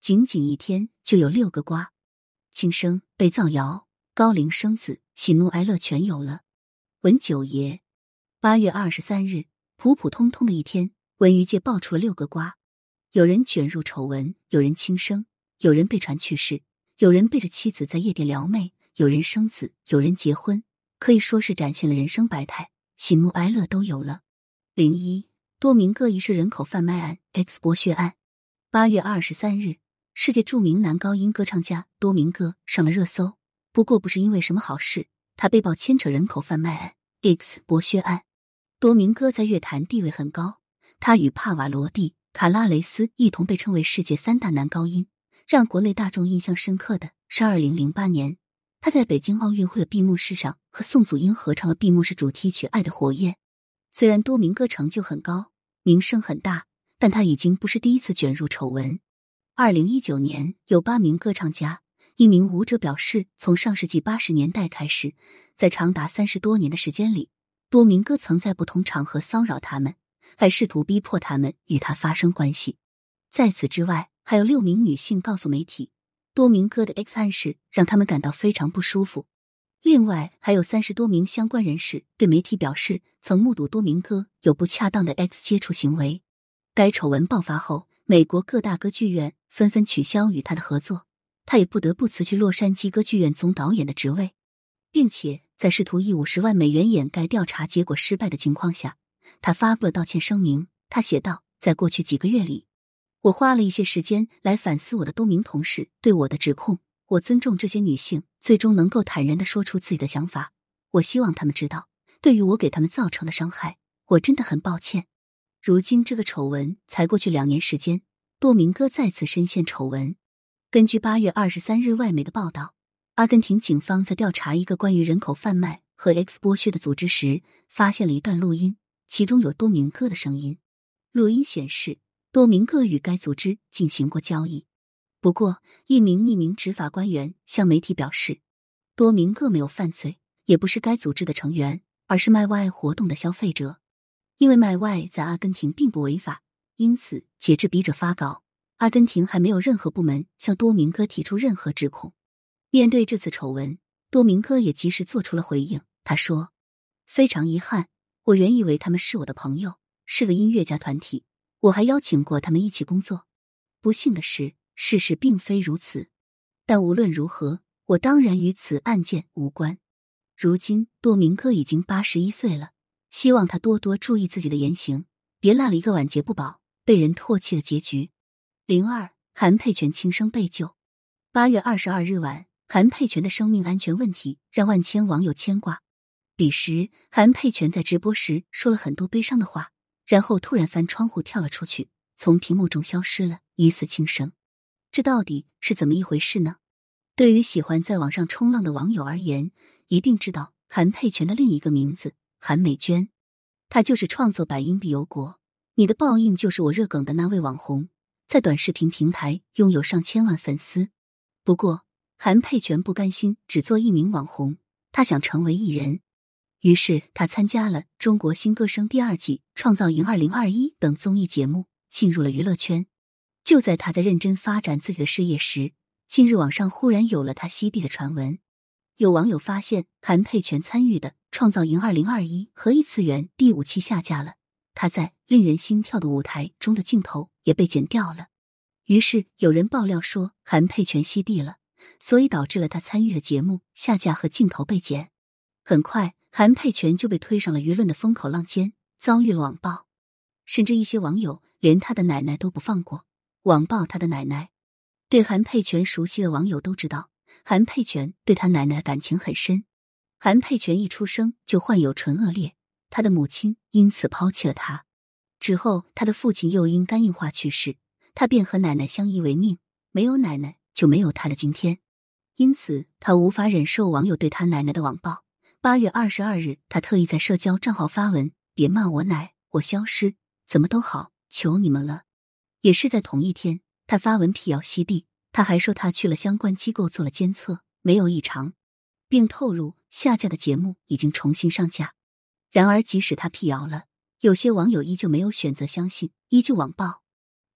仅仅一天就有6个瓜，轻生、被造谣、高龄生子，喜怒哀乐全有了。文九爷8月23日，普普通通的一天，文娱界爆出了6个瓜，有人卷入丑闻，有人轻生，有人被传去世，有人背着妻子在夜店撩妹，有人生子，有人结婚，可以说是展现了人生百态，喜怒哀乐都有了。01多明戈疑似人口贩卖案 X 剥削案。8月23日，世界著名男高音歌唱家多明戈上了热搜，不过不是因为什么好事，他被曝牵扯人口贩卖案 X 剥削案。多明戈在乐坛地位很高，他与帕瓦罗蒂、卡拉雷斯一同被称为世界3大男高音。让国内大众印象深刻的是2008年，他在北京奥运会的闭幕式上和宋祖英合唱了闭幕式主题曲《爱的火焰》。虽然多明戈成就很高，名声很大，但他已经不是第一次卷入丑闻。2019年，有8名歌唱家、1名舞者表示，从上世纪80年代开始，在长达30多年的时间里，多明戈曾在不同场合骚扰他们，还试图逼迫他们与他发生关系。在此之外，还有6名女性告诉媒体，多明戈的 X 暗示让他们感到非常不舒服。另外，还有30多名相关人士对媒体表示，曾目睹多明戈有不恰当的 X 接触行为。该丑闻爆发后，美国各大歌剧院纷纷取消与他的合作，他也不得不辞去洛杉矶歌剧院总导演的职位，并且在试图以50万美元掩盖调查结果失败的情况下，他发布了道歉声明。他写道，在过去几个月里，我花了一些时间来反思我的多名同事对我的指控，我尊重这些女性最终能够坦然地说出自己的想法，我希望她们知道，对于我给她们造成的伤害，我真的很抱歉。如今这个丑闻才过去2年时间，多明戈再次深陷丑闻。根据8月23日外媒的报道，阿根廷警方在调查一个关于人口贩卖和 X 剥削的组织时，发现了一段录音，其中有多明戈的声音。录音显示，多明戈与该组织进行过交易。不过，一名匿名执法官员向媒体表示，多明戈没有犯罪，也不是该组织的成员，而是卖外活动的消费者。因为卖外在阿根廷并不违法，因此截至笔者发稿，阿根廷还没有任何部门向多明戈提出任何指控。面对这次丑闻，多明戈也及时做出了回应。他说，非常遗憾，我原以为他们是我的朋友，是个音乐家团体，我还邀请过他们一起工作。不幸的是，事实并非如此。但无论如何，我当然与此案件无关。如今多明戈已经81岁了，希望他多多注意自己的言行，别落了一个晚节不保、被人唾弃的结局。02韩佩泉轻生被救。8月22日晚，韩佩泉的生命安全问题让万千网友牵挂。彼时，韩佩泉在直播时说了很多悲伤的话，然后突然翻窗户跳了出去，从屏幕中消失了，疑似轻生。这到底是怎么一回事呢？对于喜欢在网上冲浪的网友而言，一定知道韩佩泉的另一个名字韩美娟。她就是创作版阴币油国你的报应就是我热梗的那位网红，在短视频平台拥有上千万粉丝。不过，韩佩泉不甘心只做一名网红，她想成为艺人。于是她参加了《中国新歌声》第2季、《创造营2021》等综艺节目，进入了娱乐圈。就在她在认真发展自己的事业时，近日网上忽然有了她吸地的传闻。有网友发现韩佩泉参与的《创造营2021》和异次元第5期下架了，她在令人心跳的舞台中的镜头也被剪掉了。于是有人爆料说韩佩泉吸地了，所以导致了她参与的节目下架和镜头被剪。很快，韩佩泉就被推上了舆论的风口浪尖，遭遇了网暴，甚至一些网友连她的奶奶都不放过，网暴她的奶奶。对韩佩泉熟悉的网友都知道，韩佩泉对她奶奶感情很深。韩佩泉一出生就患有唇腭裂，她的母亲因此抛弃了她。之后，她的父亲又因肝硬化去世，她便和奶奶相依为命，没有奶奶就没有她的今天。因此，她无法忍受网友对她奶奶的网暴。8月22日，她特意在社交账号发文，别骂我奶，我消失，怎么都好，求你们了。也是在同一天，她发文辟谣吸地，她还说她去了相关机构做了监测，没有异常，并透露下架的节目已经重新上架。然而即使她辟谣了，有些网友依旧没有选择相信，依旧网暴。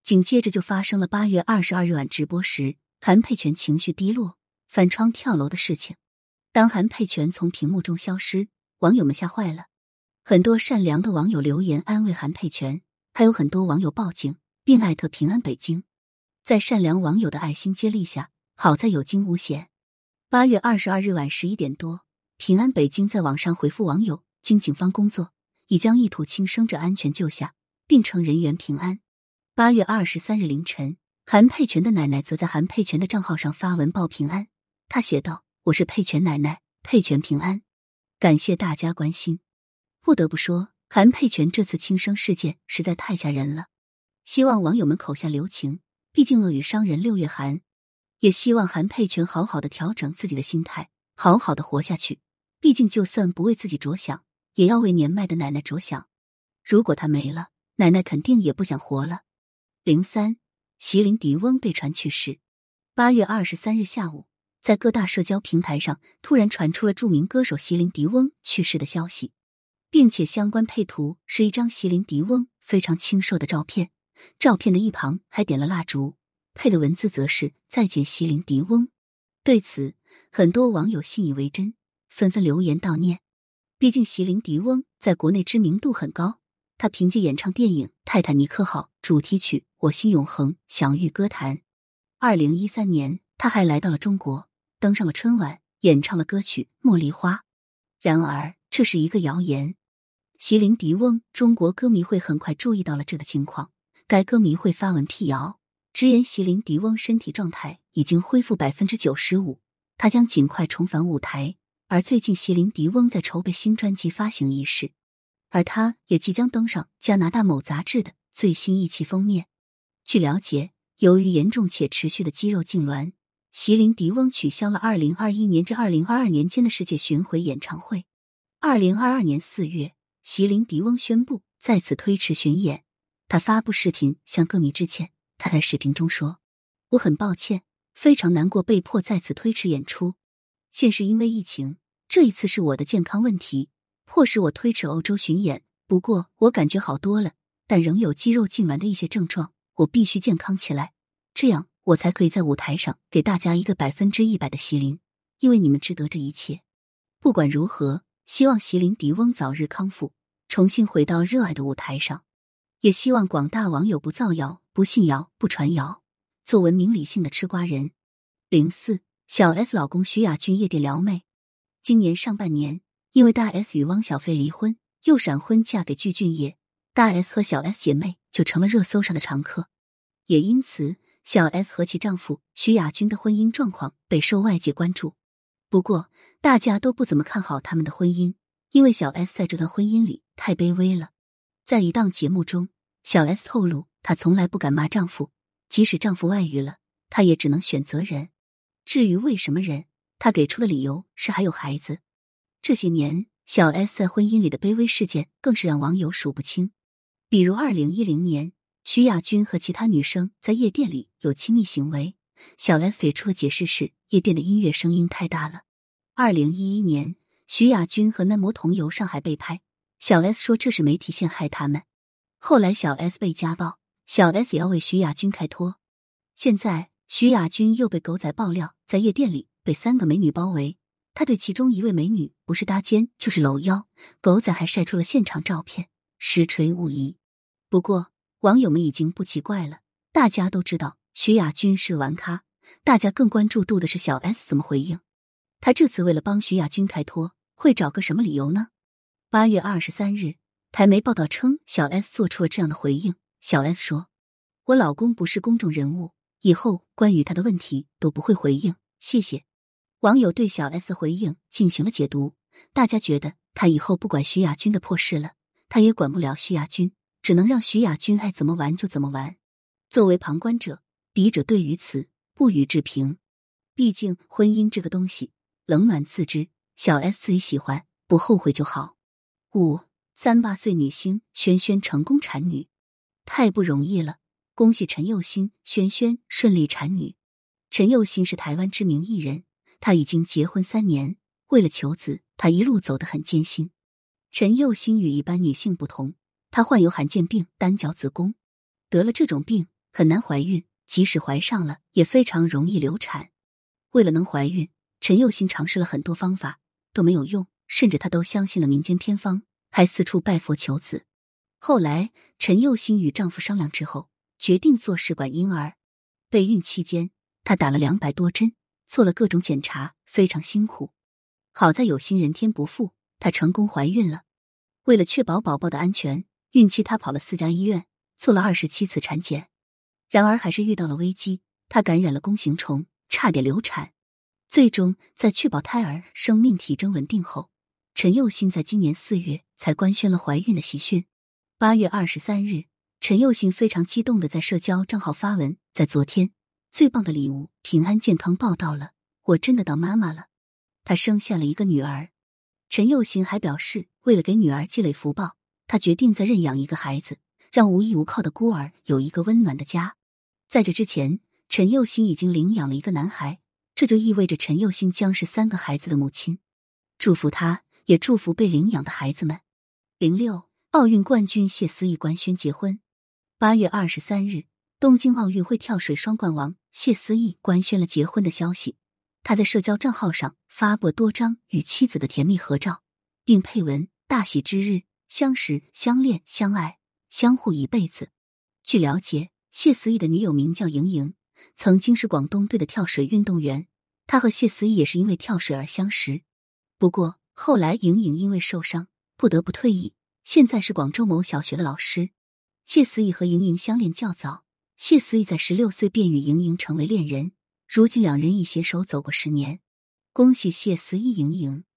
紧接着就发生了8月22日晚直播时，韩佩泉情绪低落，翻窗跳楼的事情。当韩佩泉从屏幕中消失，网友们吓坏了。很多善良的网友留言安慰韩佩泉，还有很多网友报警，并艾特平安北京。在善良网友的爱心接力下，好在有惊无险。8月22日晚11点多，平安北京在网上回复网友，经警方工作，已将意图轻生者安全救下，并称人员平安。8月23日凌晨，韩佩泉的奶奶则在韩佩泉的账号上发文报平安。她写道：“我是佩泉奶奶，佩泉平安，感谢大家关心。”不得不说，韩佩泉这次轻生事件实在太吓人了。希望网友们口下留情，毕竟恶语伤人6月寒。也希望韩佩泉好好的调整自己的心态，好好的活下去。毕竟就算不为自己着想，也要为年迈的奶奶着想。如果她没了，奶奶肯定也不想活了。03席琳迪翁被传去世。8月23日下午，在各大社交平台上突然传出了著名歌手席琳迪翁去世的消息，并且相关配图是一张席琳迪翁非常清瘦的照片，照片的一旁还点了蜡烛，配的文字则是再见席琳迪翁。对此，很多网友信以为真，纷纷留言悼念。毕竟席琳迪翁在国内知名度很高，他凭借演唱电影《泰坦尼克号》主题曲《我心永恒》享誉歌坛。2013年，他还来到了中国，登上了春晚，演唱了歌曲《茉莉花》。然而，这是一个谣言。席琳迪翁中国歌迷会很快注意到了这个情况，该歌迷会发文辟谣，直言席琳迪翁身体状态已经恢复 95%， 他将尽快重返舞台。而最近席琳迪翁在筹备新专辑发行仪式，而他也即将登上加拿大某杂志的最新一期封面。据了解，由于严重且持续的肌肉痉挛，席琳迪翁取消了2021年至2022年间的世界巡回演唱会。2022年4月，席琳迪翁宣布再次推迟巡演。他发布视频向歌迷致歉。他在视频中说：“我很抱歉，非常难过被迫再次推迟演出。现是因为疫情，这一次是我的健康问题，迫使我推迟欧洲巡演。不过我感觉好多了，但仍有肌肉痉挛的一些症状，我必须健康起来，这样我才可以在舞台上给大家一个100%的席琳，因为你们值得这一切。不管如何，希望席琳迪翁早日康复，重新回到热爱的舞台上。也希望广大网友不造谣、不信谣、不传谣，做文明理性的吃瓜人。04小 S 老公徐亚军夜店撩妹。今年上半年，因为大 S 与汪小菲离婚，又闪婚嫁给具俊晔，大 S 和小 S 姐妹就成了热搜上的常客。也因此，小 S 和其丈夫徐亚军的婚姻状况备受外界关注。不过，大家都不怎么看好他们的婚姻，因为小 S 在这段婚姻里太卑微了。在一档节目中，小 S 透露，她从来不敢骂丈夫，即使丈夫外遇了，她也只能选择忍。至于为什么忍，她给出的理由是还有孩子。这些年，小 S 在婚姻里的卑微事件更是让网友数不清。比如2010年，徐亚军和其他女生在夜店里有亲密行为，小 S 给出的解释是夜店的音乐声音太大了。2011年，徐亚军和男模同游上海被拍，小 S 说这是媒体陷害他们。后来小 S 被家暴，小 S 也要为徐亚军开脱。现在徐亚军又被狗仔爆料在夜店里被3个美女包围，他对其中一位美女不是搭肩就是搂腰，狗仔还晒出了现场照片，实锤无疑。不过网友们已经不奇怪了，大家都知道徐亚军是玩咖，大家更关注度的是小 S 怎么回应。他这次为了帮徐亚军开脱，会找个什么理由呢？8月23日，台媒报道称小 S 做出了这样的回应。小 S 说：“我老公不是公众人物，以后关于他的问题都不会回应，谢谢。”网友对小 S 的回应进行了解读，大家觉得他以后不管徐亚军的破事了，他也管不了徐亚军，只能让徐亚军爱怎么玩就怎么玩。作为旁观者，笔者对于此不予置评。毕竟婚姻这个东西，冷暖自知，小 S 自己喜欢，不后悔就好。38岁女星萱萱成功产女，太不容易了，恭喜陈宥欣、萱萱顺利产女。陈宥欣是台湾知名艺人，她已经结婚3年，为了求子，她一路走得很艰辛。陈宥欣与一般女性不同，她患有罕见病单角子宫，得了这种病， 很难怀孕，即使怀上了，也非常容易流产。为了能怀孕，陈又欣尝试了很多方法，都没有用，甚至她都相信了民间偏方，还四处拜佛求子。后来，陈又欣与丈夫商量之后，决定做试管婴儿。备孕期间，她打了200多针，做了各种检查，非常辛苦。好在有心人天不负，她成功怀孕了。为了确保宝宝的安全，孕期她跑了4家医院，做了27次产检。然而还是遇到了危机，她感染了弓形虫，差点流产。最终在确保胎儿生命体征稳定后，陈又欣在今年4月才官宣了怀孕的喜讯。8月23日，陈又欣非常激动地在社交账号发文，在昨天，最棒的礼物平安健康报到了，我真的当妈妈了。她生下了一个女儿。陈又欣还表示，为了给女儿积累福报，她决定再认养一个孩子，让无依无靠的孤儿有一个温暖的家。在这之前，陈又欣已经领养了一个男孩，这就意味着陈又欣将是3个孩子的母亲。祝福她，也祝福被领养的孩子们。06奥运冠军谢思义官宣结婚。8月23日，东京奥运会跳水双冠王谢思义官宣了结婚的消息。他在社交账号上发布多张与妻子的甜蜜合照，并配文大喜之日，相识、相恋、相爱，相互一辈子。据了解，谢思义的女友名叫莹莹，曾经是广东队的跳水运动员，她和谢思义也是因为跳水而相识。不过后来莹莹因为受伤不得不退役，现在是广州某小学的老师。谢思义和莹莹相恋较早，谢思义在16岁便与莹莹成为恋人，如今2人已携手走过10年。恭喜谢思义、莹莹。